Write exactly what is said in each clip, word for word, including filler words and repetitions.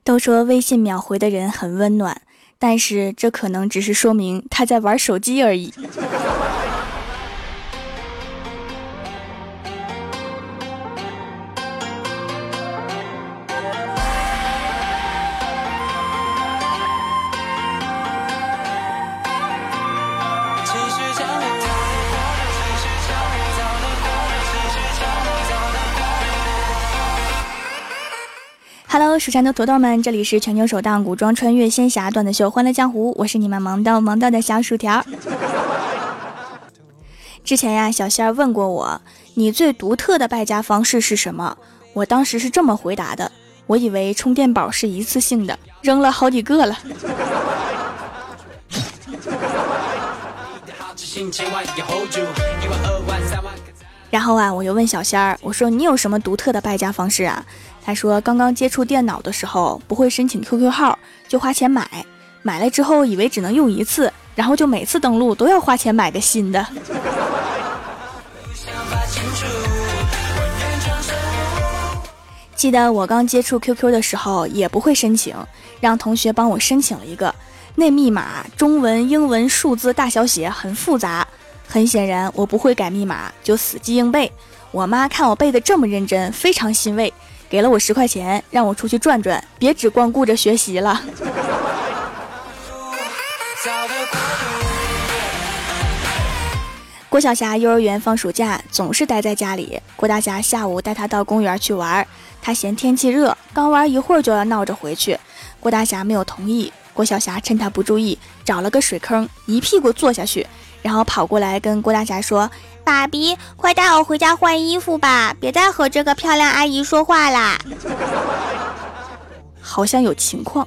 都说微信秒回的人很温暖，但是这可能只是说明他在玩手机而已。Hello， 蜀山的土豆们，这里是全球首档古装穿越仙侠段子秀《欢乐江湖》，我是你们萌到萌到的小薯条。之前呀，小仙儿问过我，你最独特的败家方式是什么？我当时是这么回答的，我以为充电宝是一次性的，扔了好几个了。然后啊，我又问小仙儿，我说你有什么独特的败家方式啊？他说刚刚接触电脑的时候不会申请 Q Q 号，就花钱买，买来之后以为只能用一次，然后就每次登录都要花钱买个新的。记得我刚接触 Q Q 的时候也不会申请，让同学帮我申请了一个，那密码中文英文数字大小写很复杂，很显然我不会改密码，就死记硬背。我妈看我背得这么认真，非常欣慰，给了我十块钱，让我出去转转，别只光顾着学习了。郭晓霞幼儿园放暑假，总是待在家里。郭大侠下午带她到公园去玩，她嫌天气热，刚玩一会儿就要闹着回去。郭大侠没有同意，郭晓霞趁他不注意，找了个水坑，一屁股坐下去，然后跑过来跟郭大侠说：“爸比，快带我回家换衣服吧，别再和这个漂亮阿姨说话啦。”好像有情况。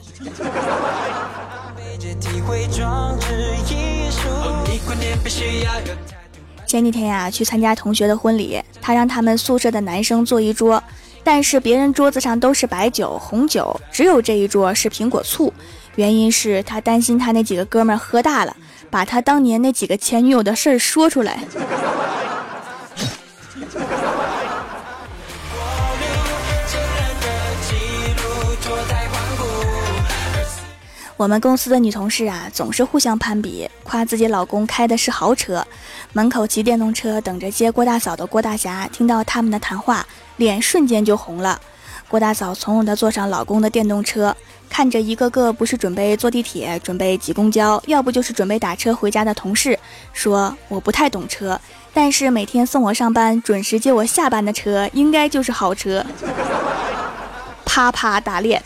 前几天呀，去参加同学的婚礼，他让他们宿舍的男生坐一桌，但是别人桌子上都是白酒、红酒，只有这一桌是苹果醋。原因是他担心他那几个哥们儿喝大了，把他当年那几个前女友的事儿说出来。我们公司的女同事啊，总是互相攀比，夸自己老公开的是豪车。门口骑电动车等着接郭大嫂的郭大侠听到他们的谈话，脸瞬间就红了。郭大嫂从容地坐上老公的电动车，看着一个个不是准备坐地铁，准备挤公交，要不就是准备打车回家的同事，说我不太懂车，但是每天送我上班准时接我下班的车应该就是豪车。啪啪打脸。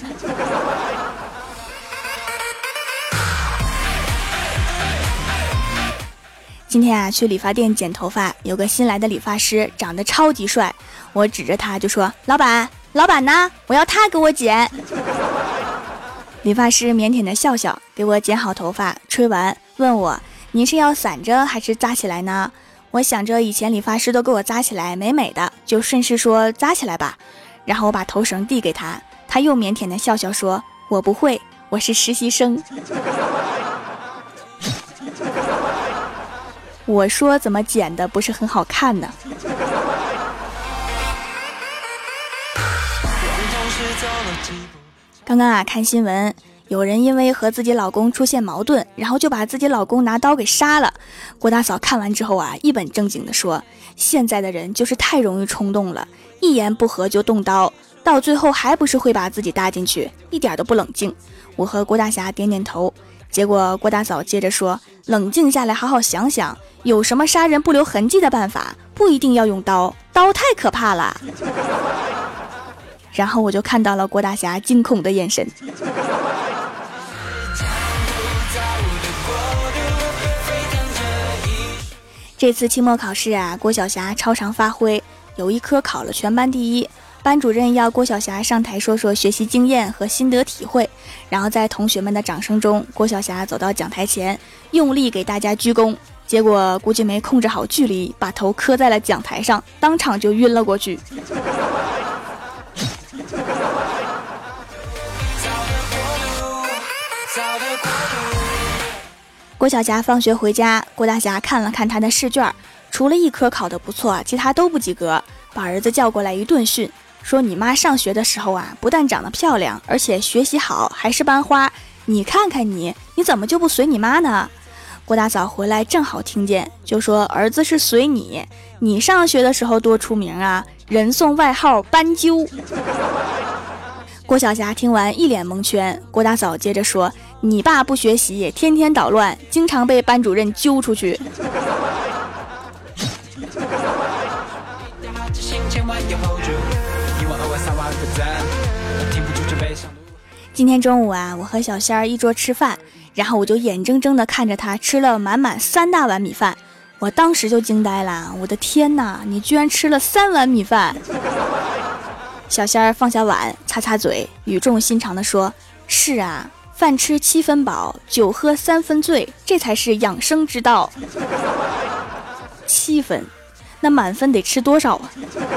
今天啊，去理发店剪头发，有个新来的理发师长得超级帅，我指着他就说：“老板，老板呢？我要他给我剪。”理发师腼腆的笑笑，给我剪好头发，吹完问我：“你是要散着还是扎起来呢？”我想着以前理发师都给我扎起来，美美的，就顺势说扎起来吧。然后我把头绳递给他，他又腼腆的笑笑说：“我不会，我是实习生。”我说怎么剪的不是很好看呢？刚刚啊看新闻，有人因为和自己老公出现矛盾，然后就把自己老公拿刀给杀了。郭大嫂看完之后啊，一本正经的说：“现在的人就是太容易冲动了，一言不合就动刀，到最后还不是会把自己搭进去，一点都不冷静。”我和郭大侠点点头。结果郭大嫂接着说：“冷静下来，好好想想，有什么杀人不留痕迹的办法？不一定要用刀，刀太可怕了。”然后我就看到了郭大侠惊恐的眼神。这次期末考试啊，郭晓霞超常发挥，有一科考了全班第一。班主任要郭晓霞上台说说学习经验和心得体会，然后在同学们的掌声中，郭晓霞走到讲台前，用力给大家鞠躬，结果估计没控制好距离，把头磕在了讲台上，当场就晕了过去。郭晓霞放学回家，郭大侠看了看她的试卷，除了一科考得不错，其他都不及格，把儿子叫过来一顿训。 说你妈上学的时候啊，不但长得漂亮，而且学习好，还是班花。你看看你，你怎么就不随你妈呢？郭大嫂回来正好听见，就说儿子是随你，你上学的时候多出名啊，人送外号斑鸠。郭晓霞听完一脸蒙圈，郭大嫂接着说，你爸不学习，天天捣乱，经常被班主任揪出去。今天中午啊，我和小仙儿一桌吃饭，然后我就眼睁睁地看着他吃了满满三大碗米饭，我当时就惊呆了，我的天哪，你居然吃了三碗米饭！小仙儿放下碗，擦擦嘴，语重心长地说，是啊，饭吃七分饱，酒喝三分醉，这才是养生之道。七分，那满分得吃多少啊？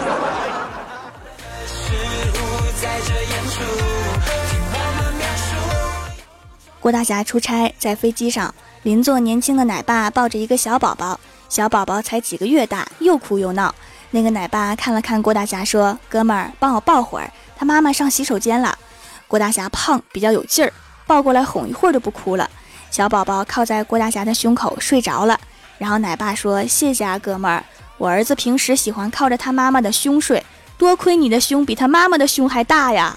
郭大侠出差，在飞机上，邻座年轻的奶爸抱着一个小宝宝，小宝宝才几个月大，又哭又闹。那个奶爸看了看郭大侠，说，哥们儿，帮我抱会儿，他妈妈上洗手间了。郭大侠胖，比较有劲儿，抱过来哄一会儿就不哭了。小宝宝靠在郭大侠的胸口睡着了，然后奶爸说，谢谢啊哥们儿，我儿子平时喜欢靠着他妈妈的胸睡，多亏你的胸比他妈妈的胸还大呀。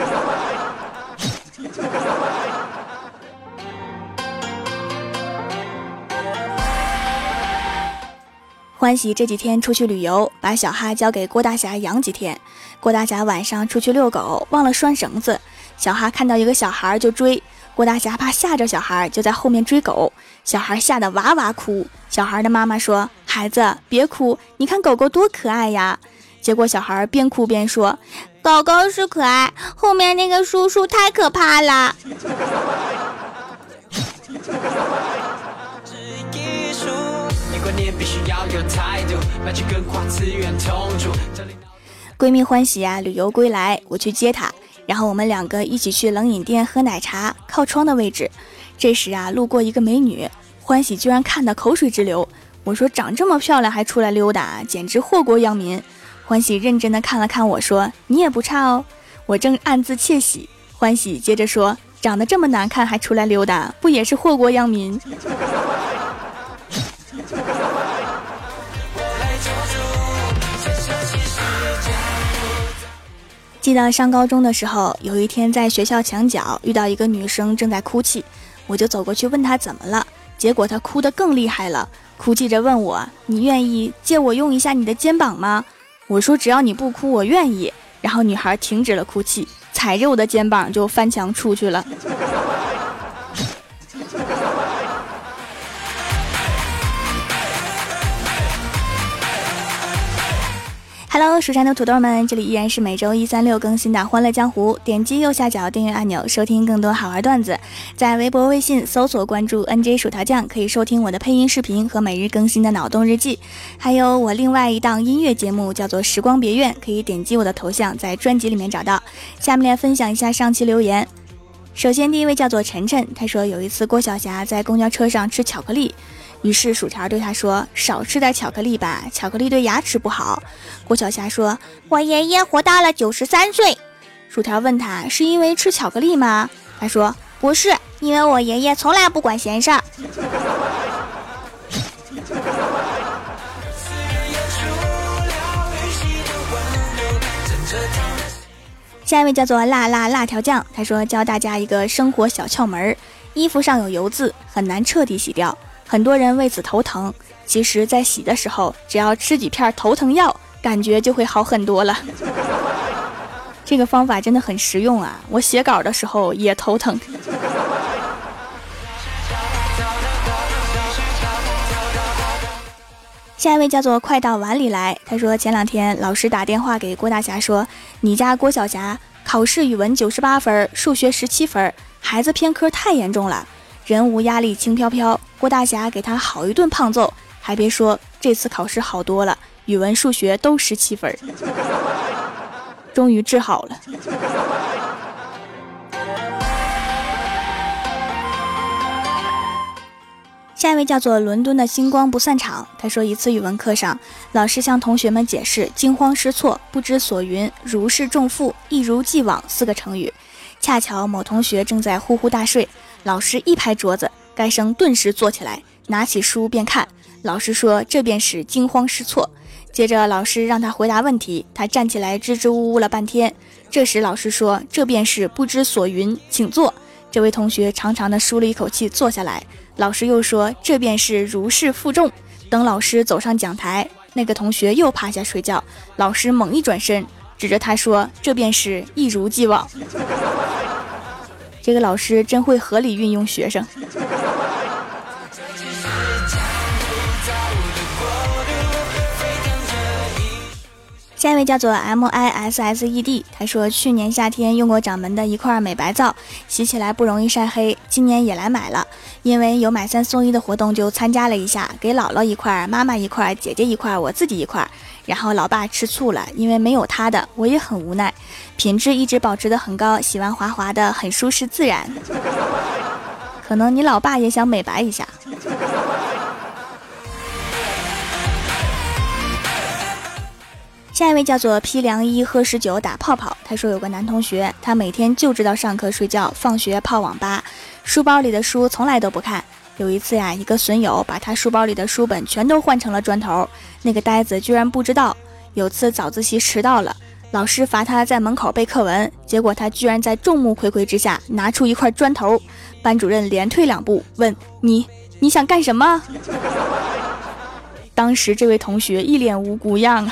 欢喜这几天出去旅游，把小哈交给郭大侠养几天。郭大侠晚上出去遛狗，忘了拴绳子，小哈看到一个小孩就追，郭大侠怕吓着小孩，就在后面追狗，小孩吓得哇哇哭。小孩的妈妈说，孩子别哭，你看狗狗多可爱呀。结果小孩边哭边说，狗狗是可爱，后面那个叔叔太可怕了。闺蜜欢喜啊，旅游归来，我去接她，然后我们两个一起去冷饮店喝奶茶，靠窗的位置。这时啊，路过一个美女，欢喜居然看得口水直流。我说，长这么漂亮还出来溜达，简直祸国殃民。欢喜认真的看了看我说，你也不差哦。我正暗自窃喜，欢喜接着说，长得这么难看还出来溜达，不也是祸国殃民？记得上高中的时候，有一天在学校墙角遇到一个女生正在哭泣，我就走过去问她怎么了，结果她哭得更厉害了，哭泣着问我，你愿意借我用一下你的肩膀吗？我说只要你不哭我愿意。然后女孩停止了哭泣，踩着我的肩膀就翻墙出去了。Hello， 蜀山的土豆们，这里依然是每周一、三、六更新的《欢乐江湖》。点击右下角订阅按钮，收听更多好玩段子。在微博、微信搜索关注 N J 薯条酱，可以收听我的配音视频和每日更新的脑洞日记，还有我另外一档音乐节目叫做《时光别院》，可以点击我的头像，在专辑里面找到。下面来分享一下上期留言。首先，第一位叫做晨晨，他说有一次郭晓霞在公交车上吃巧克力。于是薯条对他说，少吃点巧克力吧，巧克力对牙齿不好。郭晓霞说，我爷爷活到了九十三岁。薯条问他，是因为吃巧克力吗？他说，不是，因为我爷爷从来不管闲事儿。下一位叫做辣辣辣条酱，他说教大家一个生活小窍门，衣服上有油渍很难彻底洗掉，很多人为此头疼，其实在洗的时候只要吃几片头疼药，感觉就会好很多了。这个方法真的很实用啊，我写稿的时候也头疼。下一位叫做快到碗里来，他说前两天老师打电话给郭大侠说，你家郭晓霞考试语文九十八分，数学十七分，孩子偏科太严重了，人无压力轻飘飘。郭大侠给他好一顿胖揍，还别说这次考试好多了，语文数学都十七分，终于治好了。 下一位叫做伦敦的星光不散场，他说一次语文课上，老师向同学们解释惊慌失措、不知所云、如释重负、一如既往四个成语，恰巧某同学正在呼呼大睡，老师一拍桌子，该生顿时坐起来，拿起书便看，老师说这便是惊慌失措。接着老师让他回答问题，他站起来支支吾吾了半天，这时老师说这便是不知所云，请坐。这位同学长长的舒了一口气坐下来，老师又说这便是如释负重。等老师走上讲台，那个同学又趴下睡觉，老师猛一转身指着他说这便是一如既往。这个老师真会合理运用学生。下一位叫做 M I S S E D， 他说去年夏天用过掌门的一块美白皂，洗起来不容易晒黑，今年也来买了，因为有买三送一的活动就参加了一下，给姥姥一块，妈妈一块，姐姐一块，我自己一块，然后老爸吃醋了，因为没有他的，我也很无奈，品质一直保持得很高，洗完滑滑的，很舒适自然。可能你老爸也想美白一下。下一位叫做批量一喝十九打泡泡，他说有个男同学，他每天就知道上课睡觉，放学泡网吧，书包里的书从来都不看。有一次呀，一个损友把他书包里的书本全都换成了砖头，那个呆子居然不知道。有次早自习迟到了，老师罚他在门口背课文，结果他居然在众目睽睽之下拿出一块砖头，班主任连退两步问你你想干什么？当时这位同学一脸无辜样啊。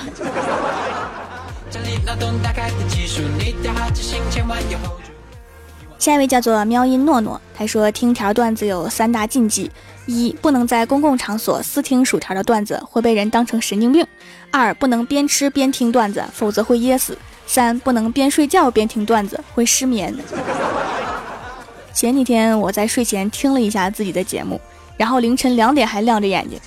下一位叫做喵音诺诺，他说听条段子有三大禁忌：一、不能在公共场所私听薯条的段子，会被人当成神经病；二、不能边吃边听段子，否则会噎死；三、不能边睡觉边听段子，会失眠。前几天我在睡前听了一下自己的节目，然后凌晨两点还亮着眼睛。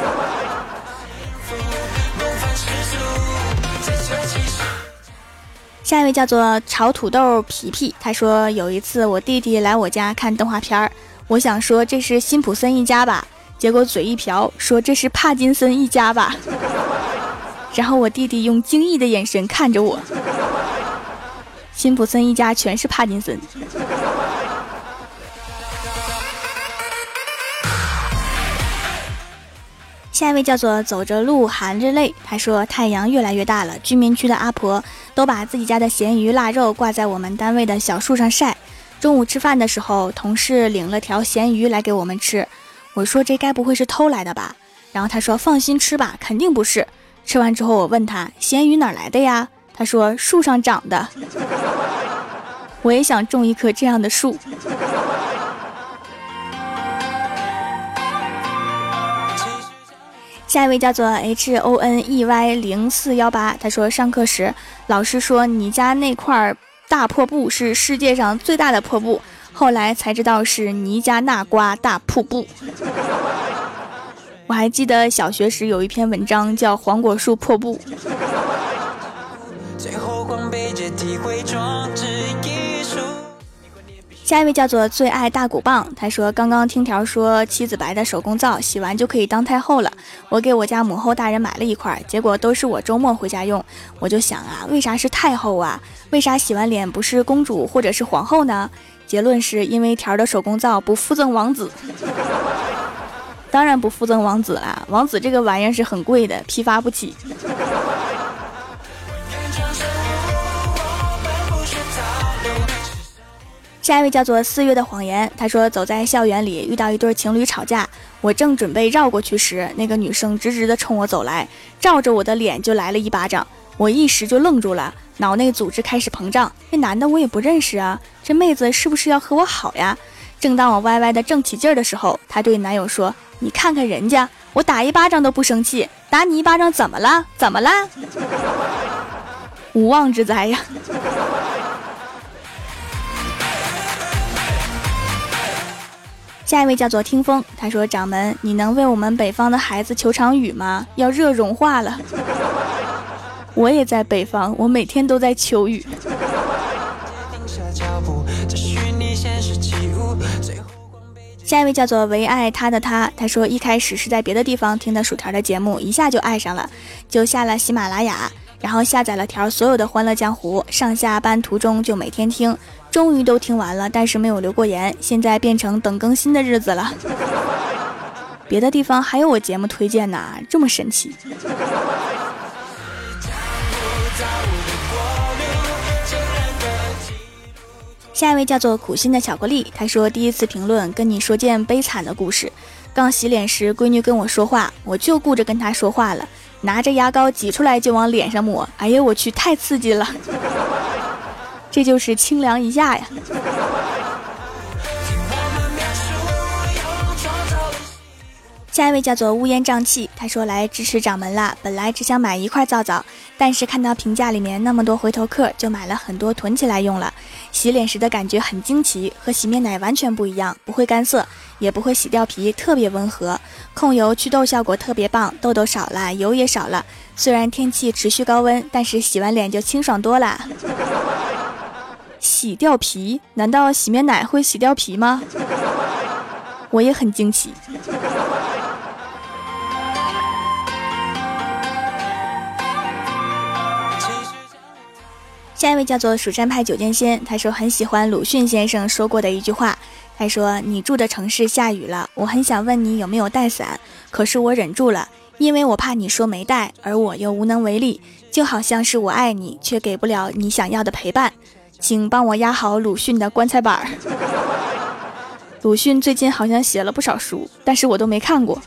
下一位叫做炒土豆皮皮，他说有一次我弟弟来我家看动画片，我想说这是辛普森一家吧，结果嘴一瓢说这是帕金森一家吧，然后我弟弟用惊异的眼神看着我，辛普森一家全是帕金森。下一位叫做走着路含着泪，他说太阳越来越大了，居民区的阿婆都把自己家的咸鱼腊肉挂在我们单位的小树上晒。中午吃饭的时候，同事领了条咸鱼来给我们吃，我说这该不会是偷来的吧，然后他说放心吃吧，肯定不是。吃完之后我问他咸鱼哪来的呀，他说树上长的。我也想种一棵这样的树。下一位叫做 H O N E Y 零四一八，他说上课时老师说你家那块大破布是世界上最大的破布，后来才知道是尼加那瓜大瀑布。我还记得小学时有一篇文章叫黄果树破布。最后光背着体会装置艺术。下一位叫做最爱大鼓棒，他说刚刚听条说妻子白的手工皂洗完就可以当太后了，我给我家母后大人买了一块，结果都是我周末回家用，我就想啊，为啥是太后啊？为啥洗完脸不是公主或者是皇后呢？结论是因为条的手工皂不附赠王子。当然不附赠王子啦，王子这个玩意儿是很贵的，批发不起。下一位叫做四月的谎言，他说走在校园里遇到一对情侣吵架，我正准备绕过去时，那个女生直直的冲我走来，照着我的脸就来了一巴掌，我一时就愣住了，脑内组织开始膨胀，这男的我也不认识啊，这妹子是不是要和我好呀？正当我歪歪的正起劲儿的时候，她对男友说，你看看人家，我打一巴掌都不生气，打你一巴掌怎么了？怎么了？无妄之灾呀。下一位叫做听风，他说掌门，你能为我们北方的孩子求场雨吗？要热融化了。我也在北方，我每天都在求雨。 下一位叫做唯爱他的他，他说一开始是在别的地方听的薯条的节目，一下就爱上了，就下了喜马拉雅，然后下载了条所有的欢乐江湖，上下班途中就每天听，终于都听完了，但是没有留过言，现在变成等更新的日子了。别的地方还有我节目推荐呢，这么神奇。下一位叫做苦心的巧克力，他说第一次评论跟你说件悲惨的故事。刚洗脸时闺女跟我说话，我就顾着跟她说话了，拿着牙膏挤出来就往脸上抹，哎呀我去，太刺激了。这就是清凉一下呀。下一位叫做乌烟瘴气，他说来支持掌门啦，本来只想买一块皂皂，但是看到评价里面那么多回头客，就买了很多囤起来用了。洗脸时的感觉很惊奇，和洗面奶完全不一样，不会干涩，也不会洗掉皮，特别温和，控油祛痘效果特别棒，痘痘少了，油也少了。虽然天气持续高温，但是洗完脸就清爽多了。洗掉皮？难道洗面奶会洗掉皮吗？我也很惊奇。下一位叫做蜀山派九剑仙，他说很喜欢鲁迅先生说过的一句话，他说你住的城市下雨了，我很想问你有没有带伞，可是我忍住了，因为我怕你说没带，而我又无能为力，就好像是我爱你却给不了你想要的陪伴，请帮我压好鲁迅的棺材板。鲁迅最近好像写了不少书，但是我都没看过。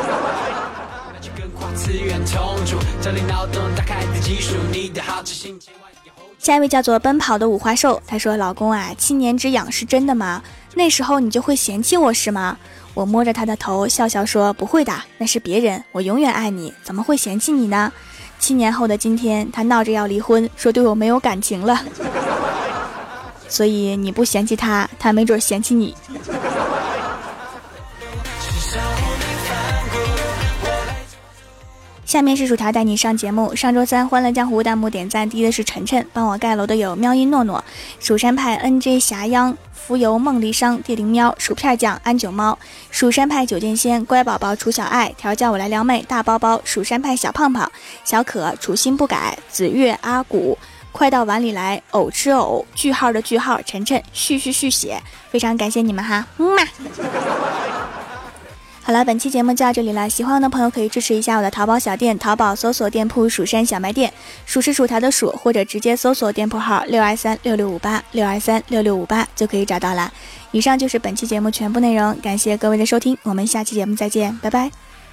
下一位叫做奔跑的五花兽，他说老公啊，七年之痒是真的吗？那时候你就会嫌弃我是吗？我摸着他的头笑笑说不会的，那是别人，我永远爱你，怎么会嫌弃你呢？七年后的今天，他闹着要离婚，说对我没有感情了。所以你不嫌弃他，他没准嫌弃你。下面是薯条带你上节目。上周三欢乐江湖弹幕点赞第一的是晨晨，帮我盖楼的有喵音诺诺、蜀山派 N J 霞央、浮游梦离殇、地灵喵、薯片酱、安九猫、蜀山派九剑仙、乖宝宝、楚小爱、调教我来撩妹、大包包、蜀山派小胖胖、小可、楚心不改、子月、阿古、快到碗里来、偶吃偶、句号的句号、晨晨、续续续写，非常感谢你们哈，嗯嘛。好了，本期节目就到这里了，喜欢我的朋友可以支持一下我的淘宝小店，淘宝搜索店铺蜀山小卖店，蜀是薯条的蜀，或者直接搜索店铺号六二三六六五八六二三六六五八就可以找到了。以上就是本期节目全部内容，感谢各位的收听，我们下期节目再见，拜拜。